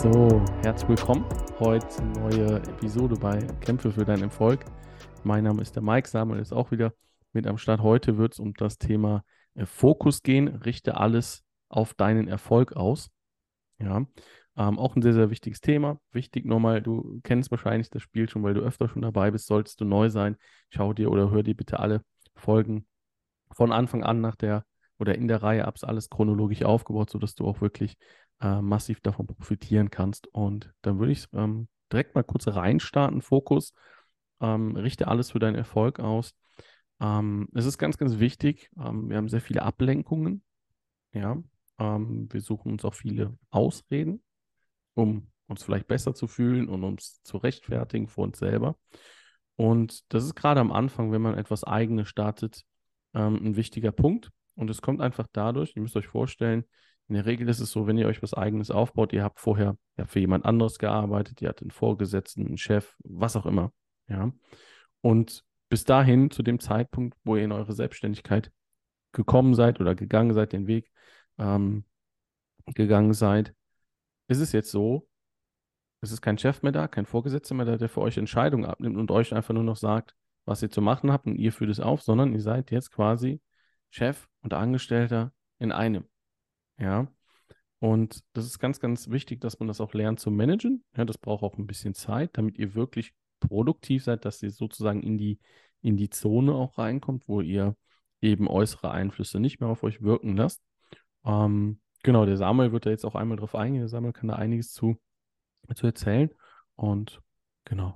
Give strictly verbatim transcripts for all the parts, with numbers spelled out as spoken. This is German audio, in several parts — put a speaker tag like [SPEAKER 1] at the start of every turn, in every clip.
[SPEAKER 1] So, herzlich willkommen. Heute neue Episode bei Kämpfe für deinen Erfolg. Mein Name ist der Mike, Samuel ist auch wieder mit am Start. Heute wird es um das Thema äh, Fokus gehen. Richte alles auf deinen Erfolg aus. Ja, ähm, auch ein sehr, sehr wichtiges Thema. Wichtig nochmal, du kennst wahrscheinlich das Spiel schon, weil du öfter schon dabei bist. Solltest du neu sein, schau dir oder hör dir bitte alle Folgen von Anfang an nach der oder in der Reihe ab, ist alles chronologisch aufgebaut, sodass du auch wirklich äh, massiv davon profitieren kannst. Und dann würde ich ähm, direkt mal kurz reinstarten. Fokus, ähm, richte alles für deinen Erfolg aus. Ähm, es ist ganz, ganz wichtig. Ähm, wir haben sehr viele Ablenkungen. Ja, ähm, wir suchen uns auch viele Ausreden, um uns vielleicht besser zu fühlen und uns zu rechtfertigen vor uns selber. Und das ist gerade am Anfang, wenn man etwas Eigenes startet, ähm, ein wichtiger Punkt. Und es kommt einfach dadurch, ihr müsst euch vorstellen, in der Regel ist es so, wenn ihr euch was Eigenes aufbaut, ihr habt vorher ja für jemand anderes gearbeitet, ihr hattet einen Vorgesetzten, einen Chef, was auch immer. Ja. Und bis dahin, zu dem Zeitpunkt, wo ihr in eure Selbstständigkeit gekommen seid oder gegangen seid, den Weg ähm, gegangen seid, ist es jetzt so, es ist kein Chef mehr da, kein Vorgesetzter mehr da, der für euch Entscheidungen abnimmt und euch einfach nur noch sagt, was ihr zu machen habt und ihr führt es auf, sondern ihr seid jetzt quasi Chef und Angestellter in einem. Ja. Und das ist ganz, ganz wichtig, dass man das auch lernt zu managen. Ja, das braucht auch ein bisschen Zeit, damit ihr wirklich produktiv seid, dass ihr sozusagen in die, in die Zone auch reinkommt, wo ihr eben äußere Einflüsse nicht mehr auf euch wirken lasst. Ähm, genau, der Samuel wird da jetzt auch einmal drauf eingehen. Der Samuel kann da einiges zu, zu erzählen. Und genau.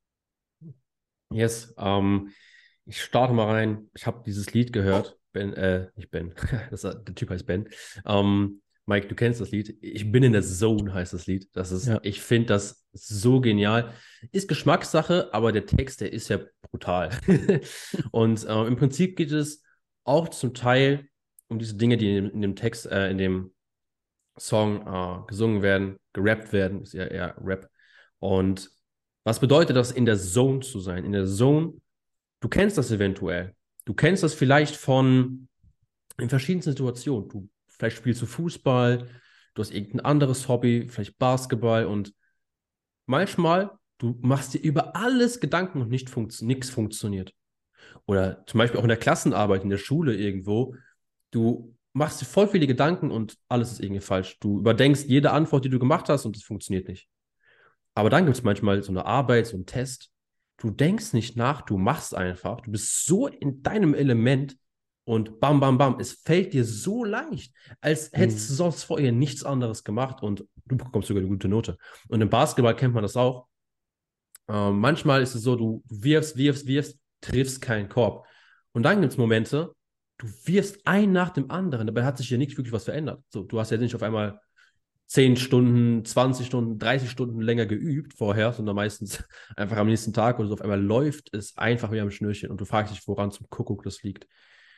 [SPEAKER 2] Yes, ähm, ich starte mal rein. Ich habe dieses Lied gehört. Ben, äh, nicht Ben, das, der Typ heißt Ben. Ähm, Mike, du kennst das Lied. Ich bin in der Zone heißt das Lied. Das ist,
[SPEAKER 1] Ja.
[SPEAKER 2] ich finde das so genial. Ist Geschmackssache, aber der Text, der ist ja brutal. Und äh, im Prinzip geht es auch zum Teil um diese Dinge, die in, in dem Text, äh, in dem Song äh, gesungen werden, gerappt werden, ist ja eher Rap. Und was bedeutet das, in der Zone zu sein? In der Zone, du kennst das eventuell. Du kennst das vielleicht von in verschiedensten Situationen. Du vielleicht spielst du Fußball, du hast irgendein anderes Hobby, vielleicht Basketball und manchmal du machst dir über alles Gedanken und nicht funktio- nichts funktioniert. Oder zum Beispiel auch in der Klassenarbeit, in der Schule irgendwo. Du machst dir voll viele Gedanken und alles ist irgendwie falsch. Du überdenkst jede Antwort, die du gemacht hast und es funktioniert nicht. Aber dann gibt es manchmal so eine Arbeit, so einen Test. Du denkst nicht nach, du machst einfach. Du bist so in deinem Element und bam, bam, bam. Es fällt dir so leicht, als hättest
[SPEAKER 1] Mhm.
[SPEAKER 2] du sonst vorher nichts anderes gemacht und du bekommst sogar eine gute Note. Und im Basketball kennt man das auch. Ähm, manchmal ist es so, du wirfst, wirfst, wirfst, triffst keinen Korb. Und dann gibt es Momente, du wirfst ein nach dem anderen. Dabei hat sich hier nicht wirklich was verändert. So, du hast ja nicht auf einmal zehn Stunden, zwanzig Stunden, dreißig Stunden länger geübt vorher, sondern meistens einfach am nächsten Tag oder so auf einmal läuft es einfach wie am Schnürchen und du fragst dich, woran zum Kuckuck das liegt.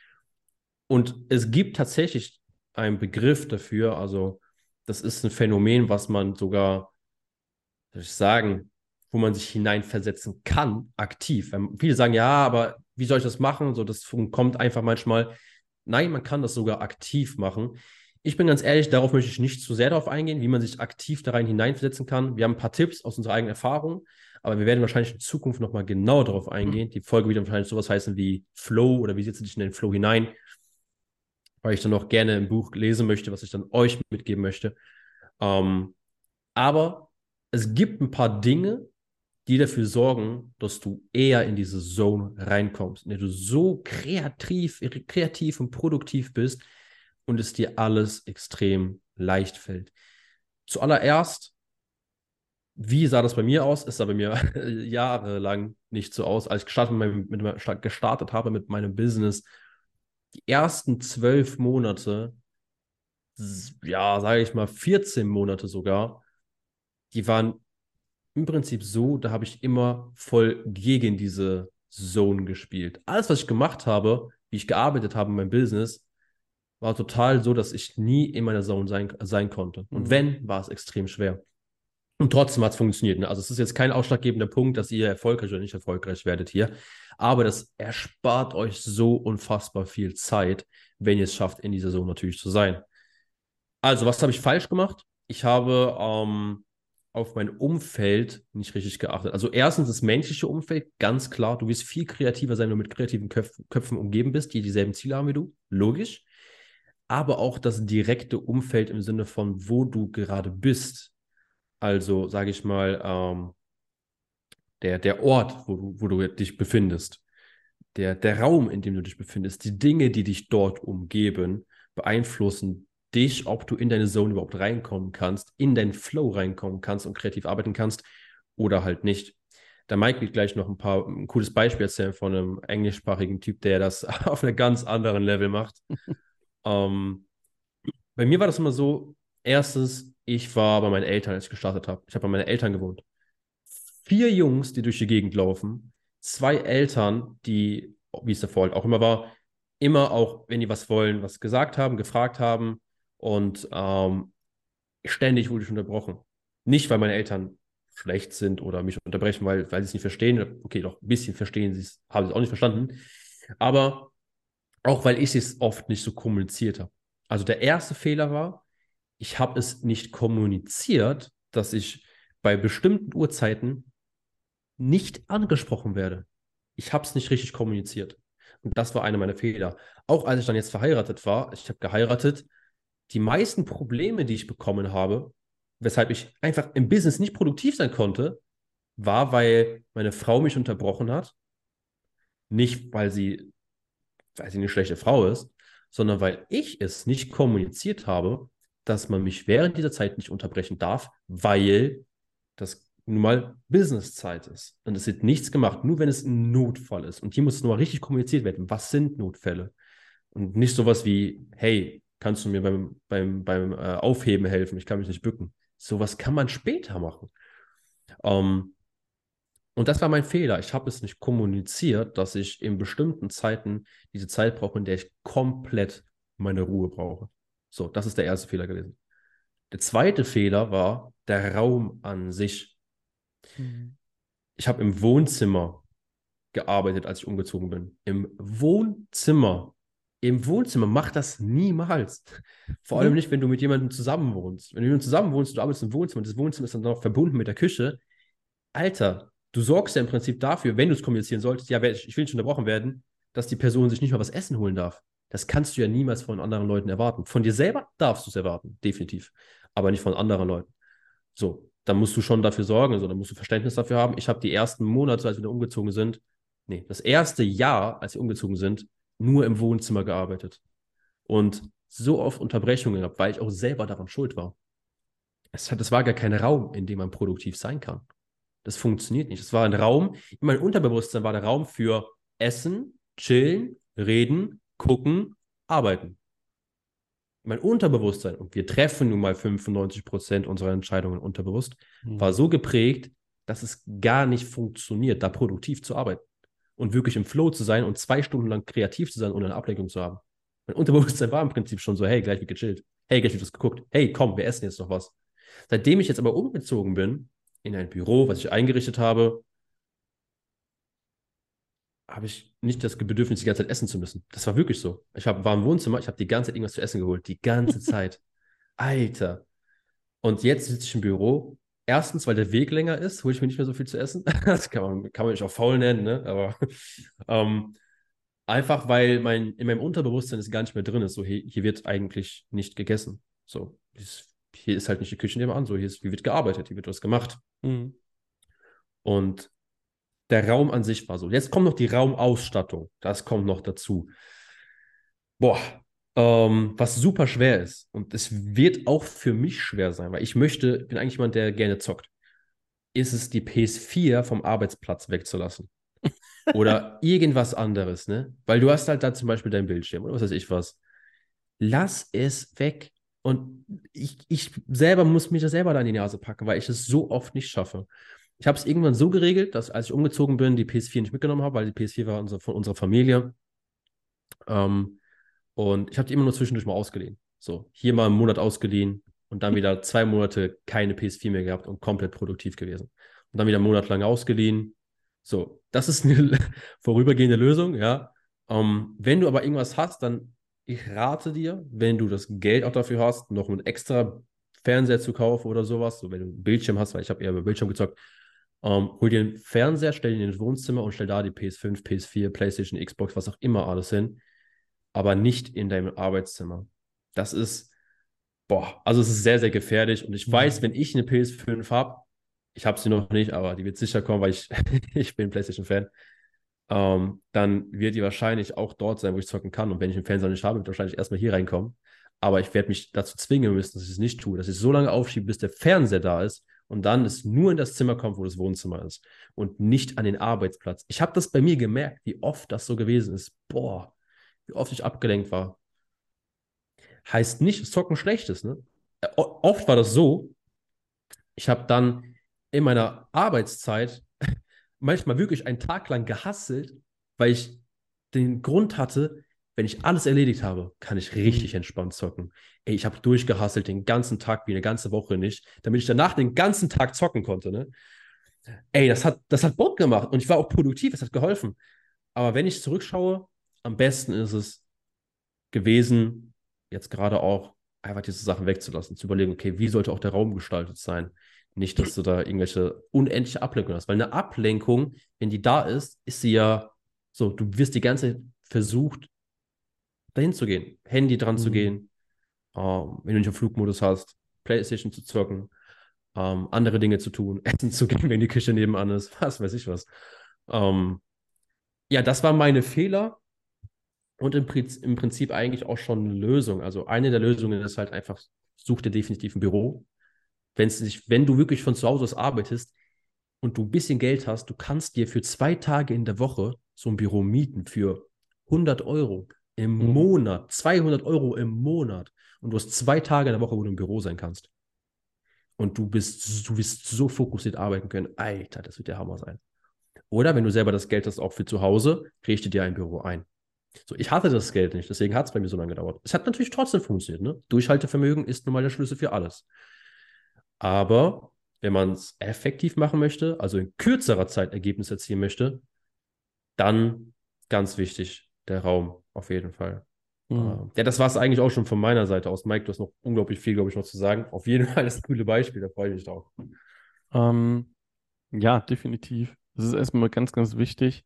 [SPEAKER 2] Und es gibt tatsächlich einen Begriff dafür, also das ist ein Phänomen, was man sogar, soll ich sagen, wo man sich hineinversetzen kann, aktiv. Weil viele sagen, ja, aber wie soll ich das machen? So, das kommt einfach manchmal. Nein, man kann das sogar aktiv machen. Ich bin ganz ehrlich, darauf möchte ich nicht zu sehr darauf eingehen, wie man sich aktiv da rein hineinversetzen kann. Wir haben ein paar Tipps aus unserer eigenen Erfahrung, aber wir werden wahrscheinlich in Zukunft nochmal genau darauf eingehen. Die Folge wird dann wahrscheinlich sowas heißen wie Flow oder wie setzt du dich in den Flow hinein, weil ich dann auch gerne ein Buch lesen möchte, was ich dann euch mitgeben möchte. Ähm, aber es gibt ein paar Dinge, die dafür sorgen, dass du eher in diese Zone reinkommst, in der du so kreativ, kreativ und produktiv bist und es dir alles extrem leicht fällt. Zuallererst, wie sah das bei mir aus? Es sah bei mir jahrelang nicht so aus. Als ich gestartet, mit meinem, mit, gestartet habe mit meinem Business, die ersten zwölf Monate, ja, sage ich mal vierzehn Monate sogar, die waren im Prinzip so, da habe ich immer voll gegen diese Zone gespielt. Alles, was ich gemacht habe, wie ich gearbeitet habe in meinem Business, war total so, dass ich nie in meiner Zone sein, sein konnte. Und
[SPEAKER 1] Mhm.
[SPEAKER 2] wenn, war es extrem schwer. Und trotzdem hat es funktioniert. Ne? Also es ist jetzt kein ausschlaggebender Punkt, dass ihr erfolgreich oder nicht erfolgreich werdet hier. Aber das erspart euch so unfassbar viel Zeit, wenn ihr es schafft, in dieser Zone natürlich zu sein. Also, was habe ich falsch gemacht? Ich habe ähm, auf mein Umfeld nicht richtig geachtet. Also erstens das menschliche Umfeld, ganz klar. Du wirst viel kreativer sein, wenn du mit kreativen Köpf Köpfen umgeben bist, die dieselben Ziele haben wie du. Logisch. Aber auch das direkte Umfeld im Sinne von, wo du gerade bist. Also, sage ich mal, ähm, der, der Ort, wo du, wo du dich befindest. Der, der Raum, in dem du dich befindest. Die Dinge, die dich dort umgeben, beeinflussen dich, ob du in deine Zone überhaupt reinkommen kannst, in deinen Flow reinkommen kannst und kreativ arbeiten kannst oder halt nicht. Der Mike wird gleich noch ein paar ein cooles Beispiel erzählen von einem englischsprachigen Typ, der das auf einem ganz anderen Level macht. ähm, bei mir war das immer so, erstens, ich war bei meinen Eltern, als ich gestartet habe. Ich habe bei meinen Eltern gewohnt. Vier Jungs, die durch die Gegend laufen, zwei Eltern, die, wie es davor halt auch immer war, immer auch, wenn die was wollen, was gesagt haben, gefragt haben und ähm, ständig wurde ich unterbrochen. Nicht, weil meine Eltern schlecht sind oder mich unterbrechen, weil, weil sie es nicht verstehen. Okay, doch ein bisschen verstehen sie es, haben sie es auch nicht verstanden. Aber auch, weil ich es oft nicht so kommuniziert habe. Also der erste Fehler war, ich habe es nicht kommuniziert, dass ich bei bestimmten Uhrzeiten nicht angesprochen werde. Ich habe es nicht richtig kommuniziert. Und das war einer meiner Fehler. Auch als ich dann jetzt verheiratet war, ich habe geheiratet, die meisten Probleme, die ich bekommen habe, weshalb ich einfach im Business nicht produktiv sein konnte, war, weil meine Frau mich unterbrochen hat. Nicht, weil sie, weil sie eine schlechte Frau ist, sondern weil ich es nicht kommuniziert habe, dass man mich während dieser Zeit nicht unterbrechen darf, weil das nun mal Businesszeit ist. Und es wird nichts gemacht, nur wenn es ein Notfall ist. Und hier muss es nur mal richtig kommuniziert werden. Was sind Notfälle? Und nicht sowas wie, hey, kannst du mir beim, beim, beim äh, Aufheben helfen? Ich kann mich nicht bücken. Sowas kann man später machen. Ähm, und das war mein Fehler. Ich habe es nicht kommuniziert, dass ich in bestimmten Zeiten diese Zeit brauche, in der ich komplett meine Ruhe brauche. So, das ist der erste Fehler gewesen. Der zweite Fehler war der Raum an sich.
[SPEAKER 1] Mhm.
[SPEAKER 2] Ich habe im Wohnzimmer gearbeitet, als ich umgezogen bin. Im Wohnzimmer. Im Wohnzimmer. Mach das niemals. Vor allem
[SPEAKER 1] Mhm.
[SPEAKER 2] nicht, wenn du mit jemandem zusammen wohnst. Wenn du mit jemandem zusammen wohnst, du arbeitest im Wohnzimmer und das Wohnzimmer ist dann noch verbunden mit der Küche. Alter, du sorgst ja im Prinzip dafür, wenn du es kommunizieren solltest, ja, ich will nicht unterbrochen werden, dass die Person sich nicht mal was essen holen darf. Das kannst du ja niemals von anderen Leuten erwarten. Von dir selber darfst du es erwarten, definitiv. Aber nicht von anderen Leuten. So, dann musst du schon dafür sorgen, also dann musst du Verständnis dafür haben. Ich habe die ersten Monate, als wir da umgezogen sind, nee, das erste Jahr, als wir umgezogen sind, nur im Wohnzimmer gearbeitet. Und so oft Unterbrechungen gehabt, weil ich auch selber daran schuld war. Es, hat, es war gar kein Raum, in dem man produktiv sein kann. Das funktioniert nicht. Es war ein Raum, in meinem Unterbewusstsein war der Raum für Essen, Chillen, Reden, Gucken, Arbeiten. Mein Unterbewusstsein, und wir treffen nun mal fünfundneunzig Prozent unserer Entscheidungen unterbewusst,
[SPEAKER 1] Mhm.
[SPEAKER 2] war so geprägt, dass es gar nicht funktioniert, da produktiv zu arbeiten und wirklich im Flow zu sein und zwei Stunden lang kreativ zu sein, ohne eine Ablenkung zu haben. Mein Unterbewusstsein war im Prinzip schon so, hey, gleich wird gechillt. Hey, gleich wird was geguckt. Hey, komm, wir essen jetzt noch was. Seitdem ich jetzt aber umgezogen bin, in ein Büro, was ich eingerichtet habe, habe ich nicht das Bedürfnis, die ganze Zeit essen zu müssen. Das war wirklich so. Ich hab, war im Wohnzimmer, ich habe die ganze Zeit irgendwas zu essen geholt. Die ganze Zeit. Alter. Und jetzt sitze ich im Büro. Erstens, weil der Weg länger ist, hole ich mir nicht mehr so viel zu essen. Das kann man, kann man nicht auch faul nennen, ne? Aber ähm, einfach, weil mein, in meinem Unterbewusstsein es gar nicht mehr drin ist. So, hier, hier wird eigentlich nicht gegessen. So, hier ist halt nicht die Küche nebenan. So, hier, ist, hier wird gearbeitet, hier wird was gemacht.
[SPEAKER 1] Mhm.
[SPEAKER 2] Und der Raum an sich war so. Jetzt kommt noch die Raumausstattung. Das kommt noch dazu. Boah, ähm, was super schwer ist. Und es wird auch für mich schwer sein, weil ich möchte, bin eigentlich jemand, der gerne zockt. Ist es die P S vier vom Arbeitsplatz wegzulassen? Oder irgendwas anderes, ne? Weil du hast halt da zum Beispiel dein Bildschirm oder was weiß ich was. Lass es weg. Und ich, ich selber muss mich das selber da in die Nase packen, weil ich es so oft nicht schaffe. Ich habe es irgendwann so geregelt, dass als ich umgezogen bin, die P S vier nicht mitgenommen habe, weil die P S vier war unsere, von unserer Familie. Ähm, und ich habe die immer nur zwischendurch mal ausgeliehen. So, hier mal einen Monat ausgeliehen und dann wieder zwei Monate keine P S vier mehr gehabt und komplett produktiv gewesen. Und dann wieder einen Monat lang ausgeliehen. So, das ist eine vorübergehende Lösung, ja. Ähm, wenn du aber irgendwas hast, dann ich rate dir, wenn du das Geld auch dafür hast, noch ein extra Fernseher zu kaufen oder sowas, so wenn du einen Bildschirm hast, weil ich habe eher über Bildschirm gezockt, ähm, hol dir einen Fernseher, stell ihn ins Wohnzimmer und stell da die P S fünf, P S vier, PlayStation, Xbox, was auch immer alles hin, aber nicht in deinem Arbeitszimmer. Das ist, boah, also es ist sehr, sehr gefährlich und ich weiß, wenn ich eine P S fünf habe, ich habe sie noch nicht, aber die wird sicher kommen, weil ich, ich bin PlayStation-Fan, ähm, dann wird die wahrscheinlich auch dort sein, wo ich zocken kann. Und wenn ich einen Fernseher nicht habe, wird wahrscheinlich erstmal hier reinkommen. Aber ich werde mich dazu zwingen müssen, dass ich es nicht tue, dass ich so lange aufschiebe, bis der Fernseher da ist und dann es nur in das Zimmer kommt, wo das Wohnzimmer ist und nicht an den Arbeitsplatz. Ich habe das bei mir gemerkt, wie oft das so gewesen ist. Boah, wie oft ich abgelenkt war. Heißt nicht, dass Zocken schlecht ist, ne? Äh, Oft war das so, ich habe dann in meiner Arbeitszeit manchmal wirklich einen Tag lang gehasselt, weil ich den Grund hatte, wenn ich alles erledigt habe, kann ich richtig
[SPEAKER 1] Mhm.
[SPEAKER 2] entspannt zocken. Ey, ich habe durchgehasselt den ganzen Tag wie eine ganze Woche nicht, damit ich danach den ganzen Tag zocken konnte, ne? Ey, das hat, das hat Bock gemacht und ich war auch produktiv, es hat geholfen. Aber wenn ich zurückschaue, am besten ist es gewesen, jetzt gerade auch einfach diese Sachen wegzulassen, zu überlegen, okay, wie sollte auch der Raum gestaltet sein? Nicht, dass du da irgendwelche unendliche Ablenkung hast, weil eine Ablenkung, wenn die da ist, ist sie ja so, du wirst die ganze Zeit versucht, dahin zu gehen, Handy dran zu
[SPEAKER 1] Mhm.
[SPEAKER 2] gehen, ähm, wenn du nicht im Flugmodus hast, PlayStation zu zocken, ähm, andere Dinge zu tun, essen zu gehen, wenn die Küche nebenan ist, was weiß ich was. Ähm, ja, das waren meine Fehler und im, Prinzip, im Prinzip eigentlich auch schon eine Lösung. Also eine der Lösungen ist halt einfach, such dir definitiv ein Büro. Wenn's nicht, wenn du wirklich von zu Hause aus arbeitest und du ein bisschen Geld hast, du kannst dir für zwei Tage in der Woche so ein Büro mieten für hundert Euro im
[SPEAKER 1] Mhm.
[SPEAKER 2] Monat, zweihundert Euro im Monat. Und du hast zwei Tage in der Woche, wo du im Büro sein kannst. Und du bist, du wirst so fokussiert arbeiten können. Alter, das wird der Hammer sein. Oder wenn du selber das Geld hast, auch für zu Hause, richte dir ein Büro ein. So, ich hatte das Geld nicht, deswegen hat es bei mir so lange gedauert. Es hat natürlich trotzdem funktioniert, ne? Durchhaltevermögen ist nun mal der Schlüssel für alles. Aber wenn man es effektiv machen möchte, also in kürzerer Zeit Ergebnisse erzielen möchte, dann ganz wichtig, der Raum auf jeden Fall.
[SPEAKER 1] Mhm.
[SPEAKER 2] Ähm, ja, das war es eigentlich auch schon von meiner Seite aus. Mike, du hast noch unglaublich viel, glaube ich, noch zu sagen. Auf jeden Fall das coole Beispiel, da freue ich mich drauf.
[SPEAKER 1] Ähm, ja, definitiv. Das ist erstmal ganz, ganz wichtig.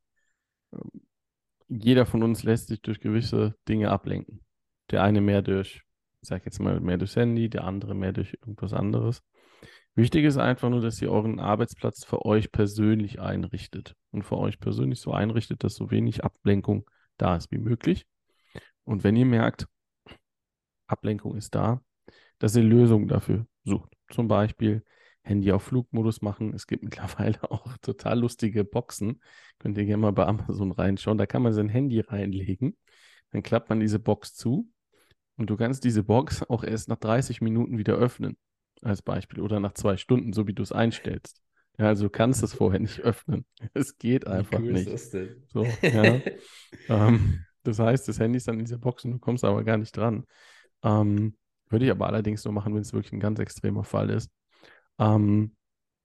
[SPEAKER 1] Jeder von uns lässt sich durch gewisse Dinge ablenken. Der eine mehr durch, ich sag jetzt mal, mehr durchs Handy, der andere mehr durch irgendwas anderes. Wichtig ist einfach nur, dass ihr euren Arbeitsplatz für euch persönlich einrichtet und für euch persönlich so einrichtet, dass so wenig Ablenkung da ist wie möglich. Und wenn ihr merkt, Ablenkung ist da, dass ihr Lösungen dafür sucht. Zum Beispiel Handy auf Flugmodus machen. Es gibt mittlerweile auch total lustige Boxen. Könnt ihr gerne mal bei Amazon reinschauen. Da kann man sein Handy reinlegen. Dann klappt man diese Box zu und du kannst diese Box auch erst nach dreißig Minuten wieder öffnen, als Beispiel, oder nach zwei Stunden, so wie du es einstellst. Ja, also du kannst es vorher nicht öffnen. Es geht
[SPEAKER 2] Wie
[SPEAKER 1] einfach
[SPEAKER 2] cool ist
[SPEAKER 1] nicht.
[SPEAKER 2] das denn?
[SPEAKER 1] So, ja. Ähm, das heißt, das Handy ist dann in dieser Box und du kommst aber gar nicht dran. Ähm, würde ich aber allerdings nur machen, wenn es wirklich ein ganz extremer Fall ist. Ähm,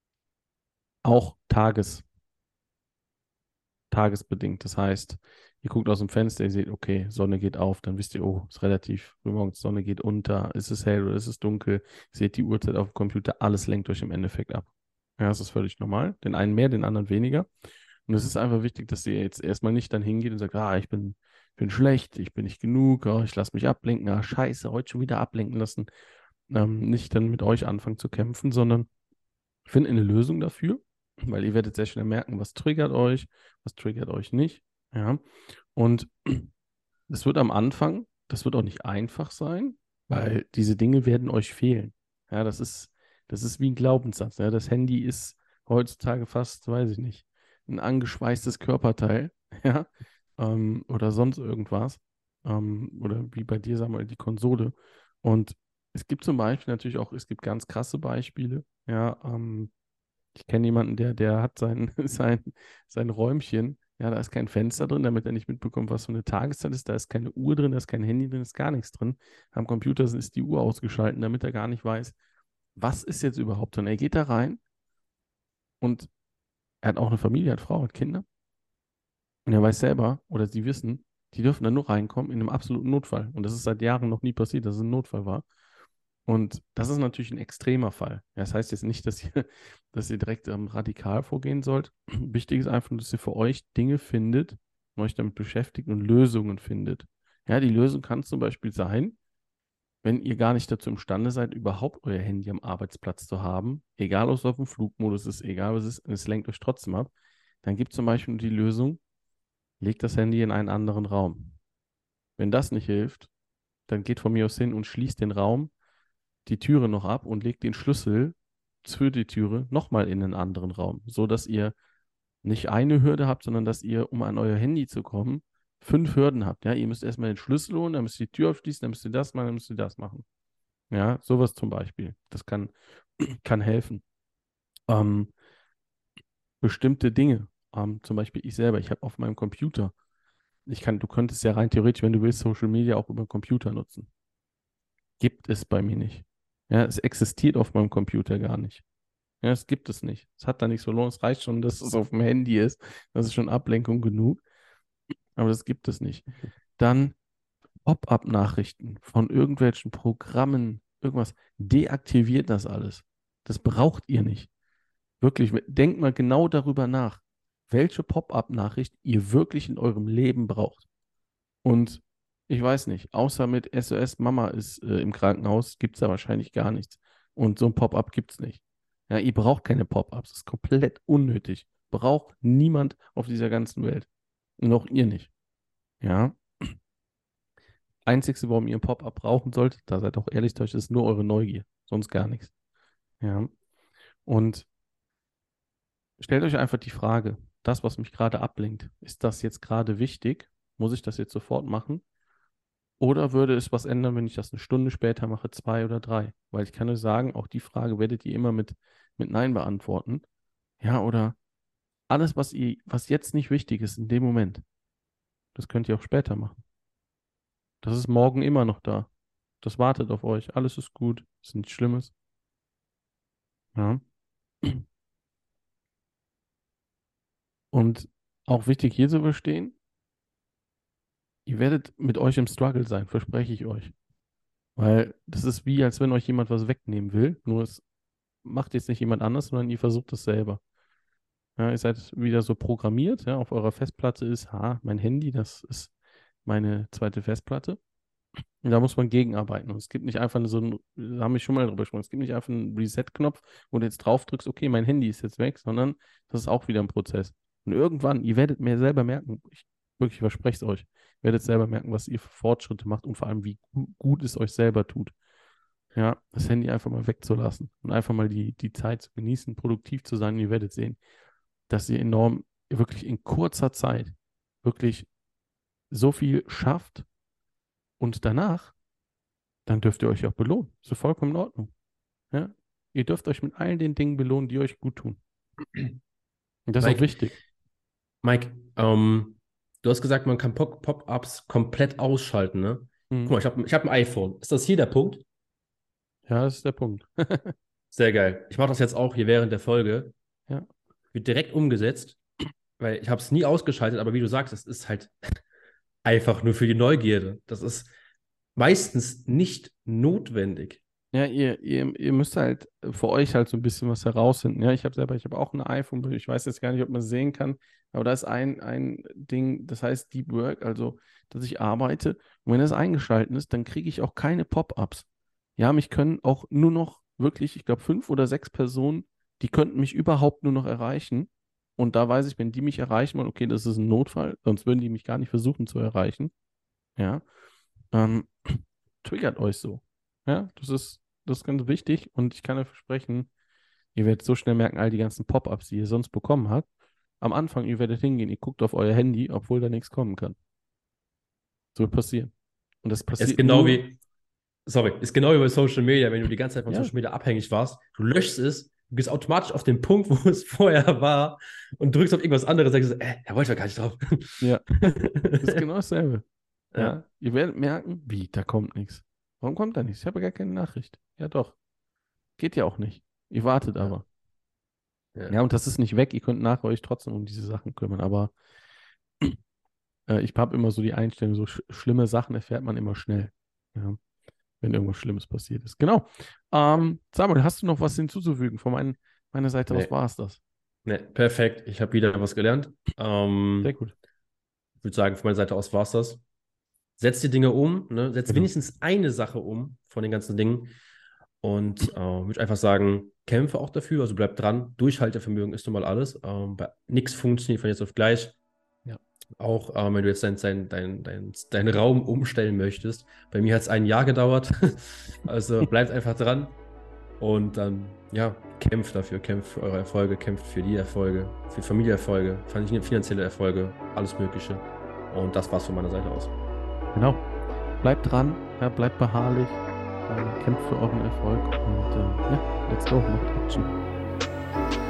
[SPEAKER 1] auch tages, tagesbedingt. Das heißt, ihr guckt aus dem Fenster, ihr seht, okay, Sonne geht auf, dann wisst ihr, oh, es ist relativ früh morgens, Sonne geht unter, ist es hell oder ist es dunkel, seht die Uhrzeit auf dem Computer, alles lenkt euch im Endeffekt ab. Ja, das ist völlig normal. Den einen mehr, den anderen weniger. Und es ist einfach wichtig, dass ihr jetzt erstmal nicht dann hingeht und sagt, ah, ich bin, bin schlecht, ich bin nicht genug, oh, ich lasse mich ablenken, ah, scheiße, heute schon wieder ablenken lassen. Ähm, nicht dann mit euch anfangen zu kämpfen, sondern findet eine Lösung dafür, weil ihr werdet sehr schnell merken, was triggert euch, was triggert euch nicht. Ja. Und es wird am Anfang, das wird auch nicht einfach sein, weil diese Dinge werden euch fehlen. Ja, das ist, das ist wie ein Glaubenssatz. Ja. Das Handy ist heutzutage fast, weiß ich nicht, ein angeschweißtes Körperteil, ja, ähm, oder sonst irgendwas. Ähm, oder wie bei dir, sagen wir mal, die Konsole. Und es gibt zum Beispiel natürlich auch, es gibt ganz krasse Beispiele, ja, ähm, ich kenne jemanden, der, der hat sein, sein, sein Räumchen. Ja, da ist kein Fenster drin, damit er nicht mitbekommt, was für eine Tageszeit ist. Da ist keine Uhr drin, da ist kein Handy drin, ist gar nichts drin. Am Computer ist die Uhr ausgeschaltet, damit er gar nicht weiß, was ist jetzt überhaupt drin. Er geht da rein und er hat auch eine Familie, hat Frau, hat Kinder. Und er weiß selber, oder sie wissen, die dürfen da nur reinkommen in einem absoluten Notfall. Und das ist seit Jahren noch nie passiert, dass es ein Notfall war. Und das ist natürlich ein extremer Fall. Ja, das heißt jetzt nicht, dass ihr, dass ihr direkt ähm, radikal vorgehen sollt. Wichtig ist einfach, dass ihr für euch Dinge findet und euch damit beschäftigt und Lösungen findet. Ja, die Lösung kann zum Beispiel sein, wenn ihr gar nicht dazu imstande seid, überhaupt euer Handy am Arbeitsplatz zu haben, egal ob es auf dem Flugmodus ist, egal was es ist, es lenkt euch trotzdem ab, dann gibt es zum Beispiel nur die Lösung, legt das Handy in einen anderen Raum. Wenn das nicht hilft, dann geht von mir aus hin und schließt den Raum, die Türe noch ab und legt den Schlüssel für die Türe nochmal in einen anderen Raum, so dass ihr nicht eine Hürde habt, sondern dass ihr, um an euer Handy zu kommen, fünf Hürden habt. Ja, ihr müsst erstmal den Schlüssel holen, dann müsst ihr die Tür aufschließen, dann müsst ihr das machen, dann müsst ihr das machen. Ja, sowas zum Beispiel. Das kann, kann helfen. Ähm, bestimmte Dinge. Ähm, zum Beispiel ich selber, ich habe auf meinem Computer, ich kann, du könntest ja rein theoretisch, wenn du willst, Social Media auch über den Computer nutzen. Gibt es bei mir nicht. Ja, es existiert auf meinem Computer gar nicht. Ja, es gibt es nicht. Es hat da nichts verloren. Es reicht schon, dass es auf dem Handy ist. Das ist schon Ablenkung genug. Aber das gibt es nicht. Dann Pop-up-Nachrichten von irgendwelchen Programmen, irgendwas. Deaktiviert das alles. Das braucht ihr nicht. Wirklich, denkt mal genau darüber nach, welche Pop-up-Nachricht ihr wirklich in eurem Leben braucht. Und ich weiß nicht, außer mit S O S Mama ist äh, im Krankenhaus, gibt es da wahrscheinlich gar nichts. Und so ein Pop-up gibt es nicht. Ja, ihr braucht keine Pop-ups. Das ist komplett unnötig. Braucht niemand auf dieser ganzen Welt. Und auch ihr nicht. Ja. Einzigste, warum ihr ein Pop-up brauchen solltet, da seid auch ehrlich zu euch, ist nur eure Neugier. Sonst gar nichts. Ja. Und stellt euch einfach die Frage, das, was mich gerade ablenkt, ist das jetzt gerade wichtig? Muss ich das jetzt sofort machen? Oder würde es was ändern, wenn ich das eine Stunde später mache, zwei oder drei? Weil ich kann euch sagen, auch die Frage werdet ihr immer mit, mit Nein beantworten. Ja, oder alles, was ihr, was jetzt nicht wichtig ist in dem Moment, das könnt ihr auch später machen. Das ist morgen immer noch da. Das wartet auf euch. Alles ist gut. Ist nichts Schlimmes. Ja. Und auch wichtig hier zu verstehen, ihr werdet mit euch im Struggle sein, verspreche ich euch. Weil das ist wie, als wenn euch jemand was wegnehmen will, nur es macht jetzt nicht jemand anders, sondern ihr versucht es selber. Ja, ihr seid wieder so programmiert, ja, auf eurer Festplatte ist, ha, mein Handy, das ist meine zweite Festplatte. Und da muss man gegenarbeiten. Und es gibt nicht einfach so einen, da haben wir schon mal drüber gesprochen, es gibt nicht einfach einen Reset-Knopf, wo du jetzt drauf drückst, okay, mein Handy ist jetzt weg, sondern das ist auch wieder ein Prozess. Und irgendwann, ihr werdet mir selber merken, ich wirklich verspreche es euch, ihr werdet selber merken, was ihr für Fortschritte macht und vor allem, wie gu gut es euch selber tut. Ja, das Handy einfach mal wegzulassen und einfach mal die, die Zeit zu genießen, produktiv zu sein. Und ihr werdet sehen, dass ihr enorm, wirklich in kurzer Zeit, wirklich so viel schafft und danach, dann dürft ihr euch auch belohnen. Ist so vollkommen in Ordnung. Ja? Ihr dürft euch mit all den Dingen belohnen, die euch gut tun. Und das ist auch
[SPEAKER 2] Mike,
[SPEAKER 1] wichtig.
[SPEAKER 2] Mike, ähm, du hast gesagt, man kann Pop- Pop-ups komplett ausschalten, ne? Guck
[SPEAKER 1] Mhm.
[SPEAKER 2] mal, ich habe ich hab ein iPhone. Ist das hier der Punkt?
[SPEAKER 1] Ja, das ist der Punkt.
[SPEAKER 2] Sehr geil. Ich mache das jetzt auch hier während der Folge.
[SPEAKER 1] Ja.
[SPEAKER 2] Wird direkt umgesetzt, weil ich habe es nie ausgeschaltet, aber wie du sagst, es ist halt einfach nur für die Neugierde. Das ist meistens nicht notwendig.
[SPEAKER 1] Ja, ihr, ihr, ihr müsst halt für euch halt so ein bisschen was herausfinden. Ja, ich habe selber, ich habe auch ein iPhone, ich weiß jetzt gar nicht, ob man es sehen kann, aber da ist ein, ein Ding, das heißt Deep Work, also dass ich arbeite. Und wenn das eingeschaltet ist, dann kriege ich auch keine Pop-ups. Ja, mich können auch nur noch wirklich, ich glaube, fünf oder sechs Personen, die könnten mich überhaupt nur noch erreichen. Und da weiß ich, wenn die mich erreichen wollen, okay, das ist ein Notfall, sonst würden die mich gar nicht versuchen zu erreichen. Ja, ähm, triggert euch so. Ja, das ist, das ist ganz wichtig und ich kann euch versprechen, ihr werdet so schnell merken, all die ganzen Pop-ups, die ihr sonst bekommen habt. Am Anfang, ihr werdet hingehen, ihr guckt auf euer Handy, obwohl da nichts kommen kann. So wird passieren. Und das
[SPEAKER 2] Ist
[SPEAKER 1] passiert
[SPEAKER 2] genau
[SPEAKER 1] nur,
[SPEAKER 2] wie, sorry, ist genau wie bei Social Media, wenn du die ganze Zeit von
[SPEAKER 1] ja,
[SPEAKER 2] Social Media abhängig warst, du löschst es, du gehst automatisch auf den Punkt, wo es vorher war und drückst auf irgendwas anderes, sagst du, äh, da wollte ich doch gar nicht drauf.
[SPEAKER 1] ja, das ist genau dasselbe.
[SPEAKER 2] Ja,
[SPEAKER 1] Ja, ihr werdet merken, wie, da kommt nichts. Warum kommt da nichts? Ich habe gar keine Nachricht. Ja, doch. Geht ja auch nicht. Ihr wartet
[SPEAKER 2] ja,
[SPEAKER 1] aber.
[SPEAKER 2] ja.
[SPEAKER 1] Ja, und das ist nicht weg. Ihr könnt nachher euch trotzdem um diese Sachen kümmern, aber Äh, ich habe immer so die Einstellung, so sch schlimme Sachen erfährt man immer schnell. Ja. wenn irgendwas Schlimmes passiert ist. Genau. Ähm, Samuel, hast du noch was hinzuzufügen? Von mein, meiner Seite
[SPEAKER 2] Nee.
[SPEAKER 1] aus war es das.
[SPEAKER 2] Nee, perfekt. Ich habe wieder was gelernt. Ähm,
[SPEAKER 1] Sehr gut.
[SPEAKER 2] Ich würde sagen, von meiner Seite aus war es das. Setz die Dinge um, ne? Setz
[SPEAKER 1] Genau.
[SPEAKER 2] wenigstens eine Sache um von den ganzen Dingen. Und äh, würde einfach sagen, kämpfe auch dafür, also bleib dran. Durchhaltevermögen ist nun mal alles. Ähm, bei nichts funktioniert von jetzt auf gleich.
[SPEAKER 1] Ja.
[SPEAKER 2] Auch ähm, wenn du jetzt deinen dein, dein, dein, dein Raum umstellen möchtest. Bei mir hat es ein Jahr gedauert. Also bleibt einfach dran. Und dann, ja, kämpft dafür, kämpft für eure Erfolge, kämpft für die Erfolge, für Familienerfolge, finanzielle Erfolge, alles Mögliche. Und das war's von meiner Seite aus.
[SPEAKER 1] Genau. Bleibt dran, ja, bleibt beharrlich, äh, kämpft für euren Erfolg und äh, ja, let's go, macht Action.